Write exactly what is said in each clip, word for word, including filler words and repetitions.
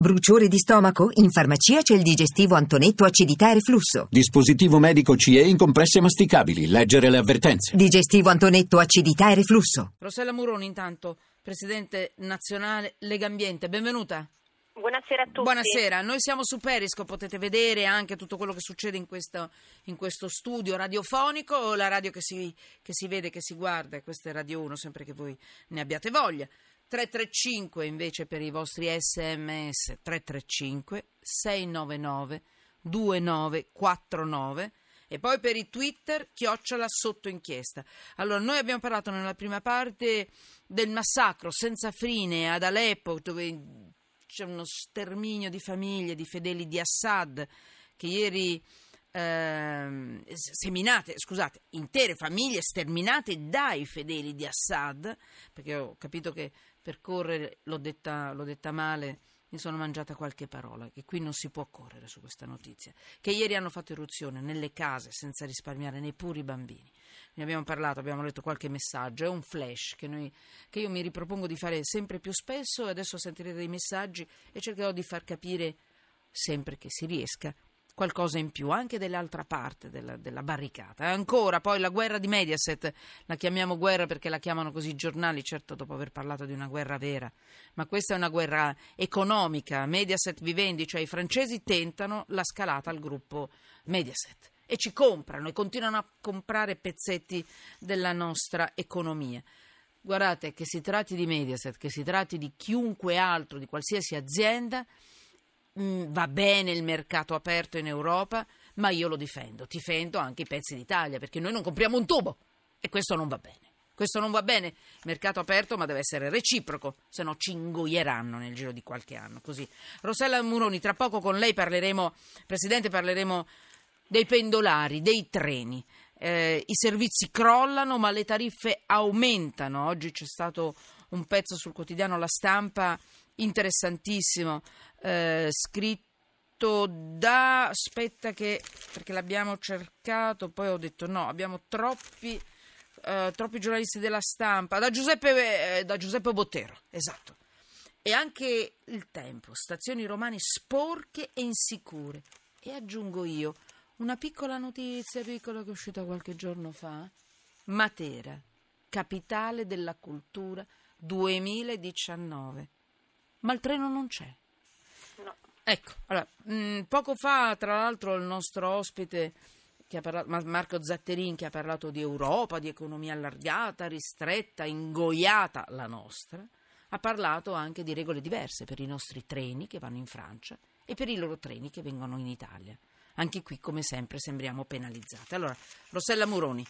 Bruciore di stomaco? In farmacia c'è il digestivo Antonetto acidità e reflusso. Dispositivo medico C E in compresse masticabili. Leggere le avvertenze. Digestivo Antonetto acidità e reflusso. Rossella Muroni, intanto, presidente nazionale Legambiente, benvenuta. Buonasera a tutti. Buonasera, noi siamo su Periscope, potete vedere anche tutto quello che succede in questo, in questo studio radiofonico, la radio che si, che si vede, che si guarda, e questa è Radio uno, sempre che voi ne abbiate voglia. tre tre cinque invece per i vostri sms, tre tre cinque sei nove nove due nove quattro nove, e poi per i Twitter chiocciola sotto inchiesta. Allora, noi abbiamo parlato nella prima parte del massacro senza fine ad Aleppo, dove c'è uno sterminio di famiglie, di fedeli di Assad, che ieri eh, seminate, scusate, intere famiglie sterminate dai fedeli di Assad, perché ho capito che per correre, l'ho detta, l'ho detta male, mi sono mangiata qualche parola, che qui non si può correre su questa notizia, che ieri hanno fatto irruzione nelle case senza risparmiare neppure i bambini. Ne abbiamo parlato, abbiamo letto qualche messaggio, è un flash che, noi, che io mi ripropongo di fare sempre più spesso, e adesso sentirete dei messaggi e cercherò di far capire, sempre che si riesca, qualcosa in più, anche dell'altra parte della, della barricata. Ancora poi la guerra di Mediaset, la chiamiamo guerra perché la chiamano così i giornali, certo dopo aver parlato di una guerra vera, ma questa è una guerra economica. Mediaset Vivendi, cioè i francesi tentano la scalata al gruppo Mediaset e ci comprano e continuano a comprare pezzetti della nostra economia. Guardate, che si tratti di Mediaset, che si tratti di chiunque altro, di qualsiasi azienda, va bene il mercato aperto in Europa, ma io lo difendo, difendo anche i pezzi d'Italia, perché noi non compriamo un tubo e questo non va bene. Questo non va bene, mercato aperto, ma deve essere reciproco, se no ci ingoieranno nel giro di qualche anno. Così. Rossella Muroni, tra poco con lei parleremo, Presidente, parleremo dei pendolari, dei treni. Eh, i servizi crollano, ma le tariffe aumentano. Oggi c'è stato un pezzo sul quotidiano La Stampa interessantissimo, eh, scritto da, aspetta che, perché l'abbiamo cercato, poi ho detto no, abbiamo troppi, eh, troppi giornalisti della Stampa, da Giuseppe, eh, da Giuseppe Bottero, esatto, e anche Il Tempo, stazioni romane sporche e insicure, e aggiungo io una piccola notizia, piccola che è uscita qualche giorno fa, Matera, capitale della cultura duemiladiciannove. Ma il treno non c'è. No. Ecco, allora, mh, poco fa, tra l'altro, il nostro ospite, che ha parlato, Marco Zatterin, che ha parlato di Europa, di economia allargata, ristretta, ingoiata, la nostra, ha parlato anche di regole diverse per i nostri treni che vanno in Francia e per i loro treni che vengono in Italia. Anche qui, come sempre, sembriamo penalizzate. Allora, Rossella Muroni,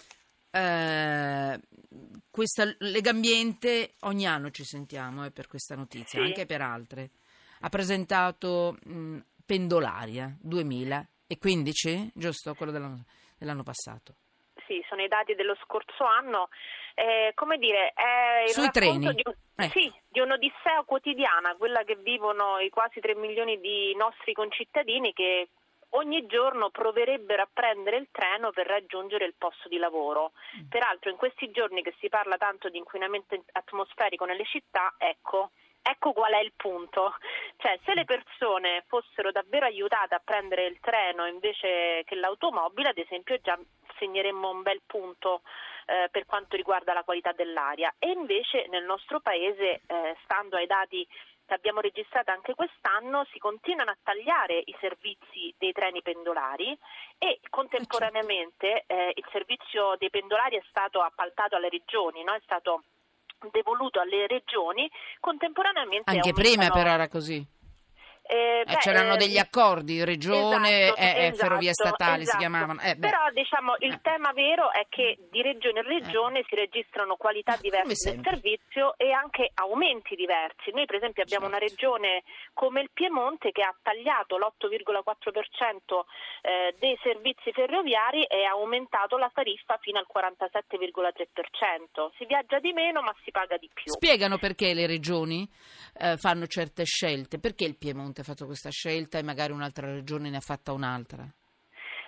Uh, questa Legambiente, ogni anno ci sentiamo eh, per questa notizia, sì, anche per altre, ha presentato mh, Pendolaria duemilaquindici, giusto? Quello dell'anno, dell'anno passato. Sì, sono i dati dello scorso anno. Eh, come dire, è il sui racconto treni di, un, eh. sì, di un'odissea quotidiana, quella che vivono i quasi tre milioni di nostri concittadini che ogni giorno proverebbero a prendere il treno per raggiungere il posto di lavoro. Peraltro in questi giorni che si parla tanto di inquinamento atmosferico nelle città, ecco, ecco qual è il punto. Cioè, se le persone fossero davvero aiutate a prendere il treno invece che l'automobile, ad esempio, già segneremmo un bel punto eh, per quanto riguarda la qualità dell'aria. E invece nel nostro paese, eh, stando ai dati che abbiamo registrato anche quest'anno, si continuano a tagliare i servizi dei treni pendolari e contemporaneamente eh, il servizio dei pendolari è stato appaltato alle regioni, no? È stato devoluto alle regioni, contemporaneamente anche aumentano... prima però era così. Eh, beh, c'erano eh, degli accordi, regione esatto, e esatto, ferrovie statali esatto. si chiamavano. Eh, Però diciamo il eh. tema vero è che di regione in regione eh. si registrano qualità diverse del servizio e anche aumenti diversi. Noi per esempio abbiamo certo. una regione come il Piemonte che ha tagliato l'otto virgola quattro per cento eh, dei servizi ferroviari e ha aumentato la tariffa fino al quarantasette virgola tre per cento. Si viaggia di meno ma si paga di più. Spiegano perché le regioni eh, fanno certe scelte, perché il Piemonte ha fatto questa scelta e magari un'altra regione ne ha fatta un'altra?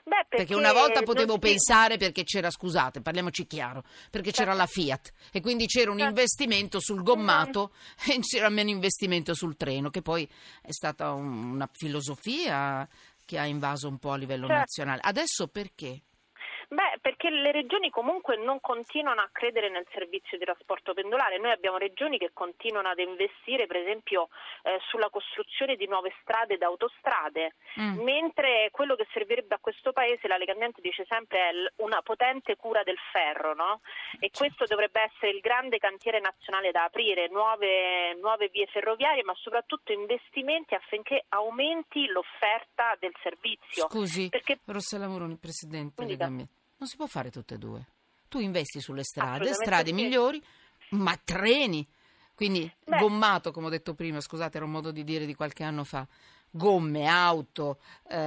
Beh, perché, perché una volta potevo si... pensare, perché c'era, scusate, parliamoci chiaro, perché c'era la Fiat e quindi c'era un investimento sul gommato e c'era meno investimento sul treno, che poi è stata un, una filosofia che ha invaso un po' a livello certo. nazionale. Adesso perché? Beh, perché le regioni comunque non continuano a credere nel servizio di trasporto pendolare. Noi abbiamo regioni che continuano ad investire, per esempio, eh, sulla costruzione di nuove strade ed autostrade, mm. mentre quello che servirebbe a questo paese, la Lega Ambiente dice sempre, è una potente cura del ferro, no? E certo. questo dovrebbe essere il grande cantiere nazionale da aprire, nuove, nuove vie ferroviarie, ma soprattutto investimenti affinché aumenti l'offerta del servizio. Scusi, perché... Rossella Moroni, Presidente Lega Ambiente. Non si può fare tutte e due. Tu investi sulle strade, strade sì. migliori, ma treni. Quindi Beh. gommato, come ho detto prima, scusate, era un modo di dire di qualche anno fa. Gomme, auto, eh,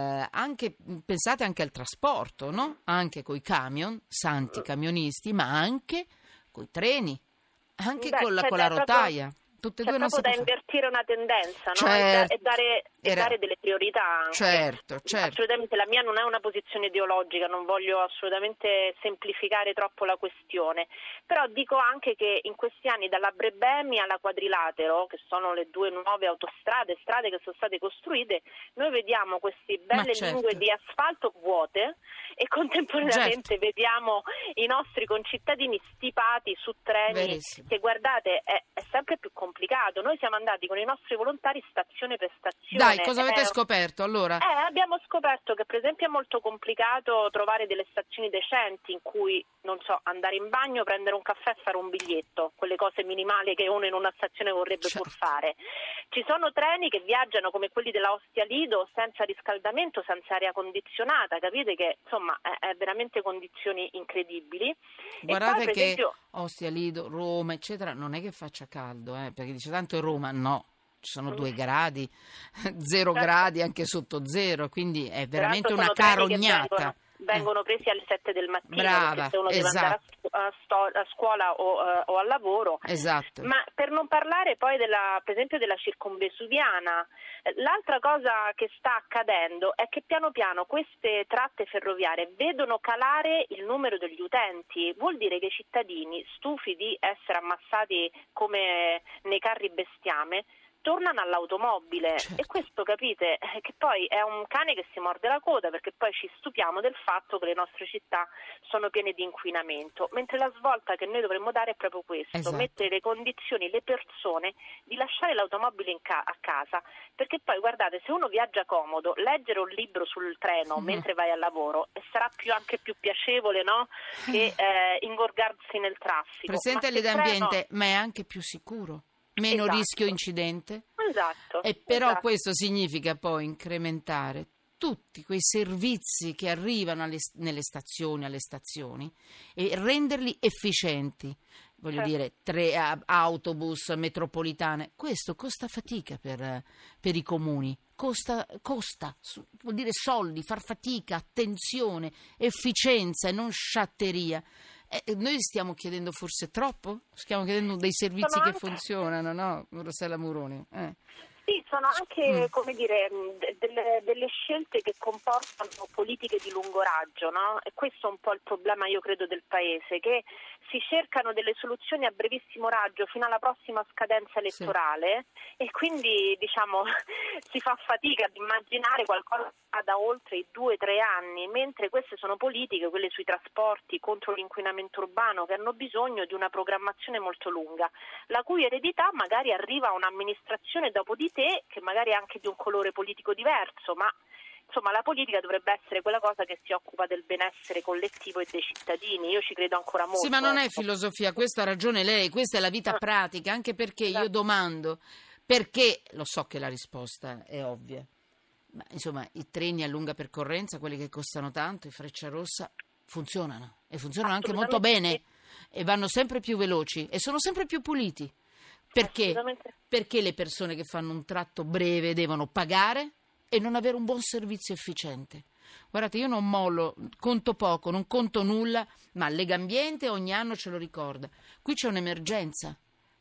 anche pensate anche al trasporto, no? Anche coi camion, santi camionisti, ma anche coi treni, anche Beh, con la, cioè, con la dai, rotaia. Proprio... Tutte e C'è due non si proprio può da fare. invertire una tendenza, no? Certo. e, da, e, dare, e Era... dare delle priorità anche. Certo, certo. Assolutamente, la mia non è una posizione ideologica, non voglio assolutamente semplificare troppo la questione, però dico anche che in questi anni dalla Brebemi alla Quadrilatero, che sono le due nuove autostrade, strade che sono state costruite, noi vediamo queste belle certo. lingue di asfalto vuote e contemporaneamente certo. vediamo i nostri concittadini stipati su treni. Verissimo. Che guardate è, è sempre più complicato. Noi siamo andati con i nostri volontari stazione per stazione. Dai, cosa avete eh, scoperto allora? Eh, abbiamo scoperto che per esempio è molto complicato trovare delle stazioni decenti in cui, non so, andare in bagno, prendere un caffè e fare un biglietto, quelle cose minimali che uno in una stazione vorrebbe certo. pur fare. Ci sono treni che viaggiano come quelli della Ostia Lido senza riscaldamento, senza aria condizionata, capite che insomma è, è veramente condizioni incredibili. Guardate e poi, per che esempio, Ostia Lido, Roma, eccetera, non è che faccia caldo, eh, perché dice tanto in Roma, no. Ci sono due gradi, zero certo. gradi anche sotto zero, quindi è veramente una sono treni che carognata. Vengono, vengono eh. presi alle sette del mattino, Brava, perché se uno deve esatto. andare a, a, sto, a scuola o, uh, o al lavoro. Esatto. Ma per non parlare poi della, per esempio della circonvesuviana, l'altra cosa che sta accadendo è che piano piano queste tratte ferroviarie vedono calare il numero degli utenti. Vuol dire che i cittadini, stufi di essere ammassati come nei carri bestiame, tornano all'automobile. Certo. E questo, capite, che poi è un cane che si morde la coda, perché poi ci stupiamo del fatto che le nostre città sono piene di inquinamento, mentre la svolta che noi dovremmo dare è proprio questo, esatto. mettere le condizioni, le persone di lasciare l'automobile in ca- a casa, perché poi guardate, se uno viaggia comodo, leggere un libro sul treno mm. mentre vai al lavoro e sarà più, anche più piacevole, no? Che eh, ingorgarsi nel traffico. Presidente dell'ambiente, ma è anche più sicuro. Meno esatto. rischio incidente. Esatto. E però esatto. questo significa poi incrementare tutti quei servizi che arrivano alle, nelle stazioni, alle stazioni, e renderli efficienti. Voglio certo. dire, tre uh, autobus, metropolitane. Questo costa fatica per, per i comuni. Costa, costa, vuol dire soldi, far fatica, attenzione, efficienza e non sciatteria. Eh, noi stiamo chiedendo forse troppo? Stiamo chiedendo dei servizi Sono che anche... funzionano, no? Rossella Moroni. Eh. Sì, sono anche, come dire, delle, delle scelte che comportano politiche di lungo raggio, no? E questo è un po' il problema, io credo, del Paese, che si cercano delle soluzioni a brevissimo raggio fino alla prossima scadenza elettorale sì. e quindi, diciamo, si fa fatica ad immaginare qualcosa da oltre i due o tre anni, mentre queste sono politiche, quelle sui trasporti, contro l'inquinamento urbano, che hanno bisogno di una programmazione molto lunga, la cui eredità magari arriva a un'amministrazione dopo di te, che magari è anche di un colore politico diverso, ma insomma la politica dovrebbe essere quella cosa che si occupa del benessere collettivo e dei cittadini. Io ci credo ancora molto. Sì, ma non è filosofia, questo ha ragione lei, questa è la vita pratica, anche perché io domando, perché, lo so che la risposta è ovvia, ma insomma i treni a lunga percorrenza, quelli che costano tanto, i Frecciarossa, funzionano e funzionano anche molto bene sì. e vanno sempre più veloci e sono sempre più puliti. Perché? Perché le persone che fanno un tratto breve devono pagare e non avere un buon servizio efficiente. Guardate, io non mollo, conto poco, non conto nulla, ma Lega Ambiente ogni anno ce lo ricorda. Qui c'è un'emergenza.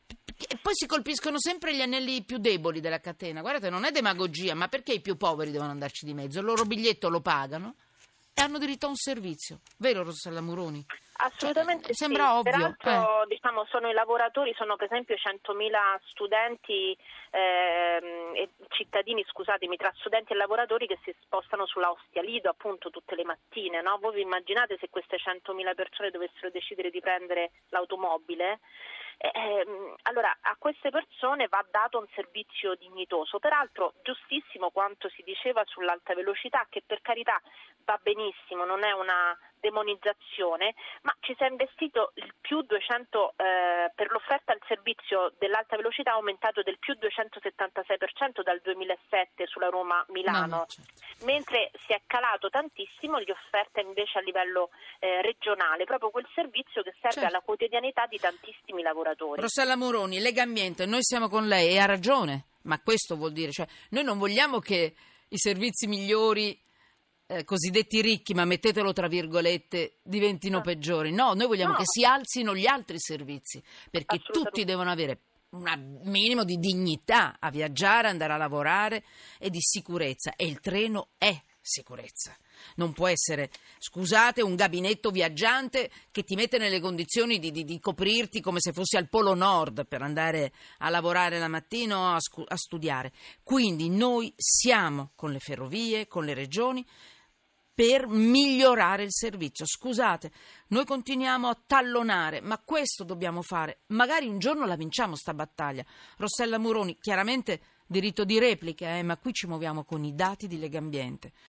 E poi si colpiscono sempre gli anelli più deboli della catena. Guardate, non è demagogia, ma perché i più poveri devono andarci di mezzo? Il loro biglietto lo pagano e hanno diritto a un servizio, vero Rossella Muroni? Assolutamente Cioè, sì. sembra ovvio. Peraltro, eh. diciamo, sono i lavoratori, sono per esempio centomila studenti ehm, e cittadini, scusatemi, tra studenti e lavoratori che si spostano sulla Ostia Lido appunto tutte le mattine, no? Voi vi immaginate se queste centomila persone dovessero decidere di prendere l'automobile? Eh, allora a queste persone va dato un servizio dignitoso, peraltro giustissimo quanto si diceva sull'alta velocità, che per carità va benissimo, non è una demonizzazione, ma ci si è investito il più duecento eh, per l'offerta al servizio dell'alta velocità, ha aumentato del più duecentosettantasei per cento dal duemilasette sulla Roma-Milano, No, certo. mentre si è calato tantissimo di offerta invece a livello eh, regionale, proprio quel servizio che serve Certo. alla quotidianità di tantissimi lavoratori. Rossella Muroni, Lega Ambiente, noi siamo con lei e ha ragione, ma questo vuol dire, cioè, noi non vogliamo che i servizi migliori, eh, cosiddetti ricchi, ma mettetelo tra virgolette, diventino No. peggiori. No, noi vogliamo No. che si alzino gli altri servizi, perché Assolutamente. tutti devono avere un minimo di dignità a viaggiare, andare a lavorare e di sicurezza, e il treno è sicurezza. Non può essere, scusate, un gabinetto viaggiante che ti mette nelle condizioni di, di, di coprirti come se fossi al Polo Nord per andare a lavorare la mattina o a, scu- a studiare. Quindi noi siamo con le ferrovie, con le regioni, per migliorare il servizio. Scusate, noi continuiamo a tallonare, ma questo dobbiamo fare. Magari un giorno la vinciamo sta battaglia. Rossella Muroni, chiaramente diritto di replica, eh, ma qui ci muoviamo con i dati di Lega Ambiente.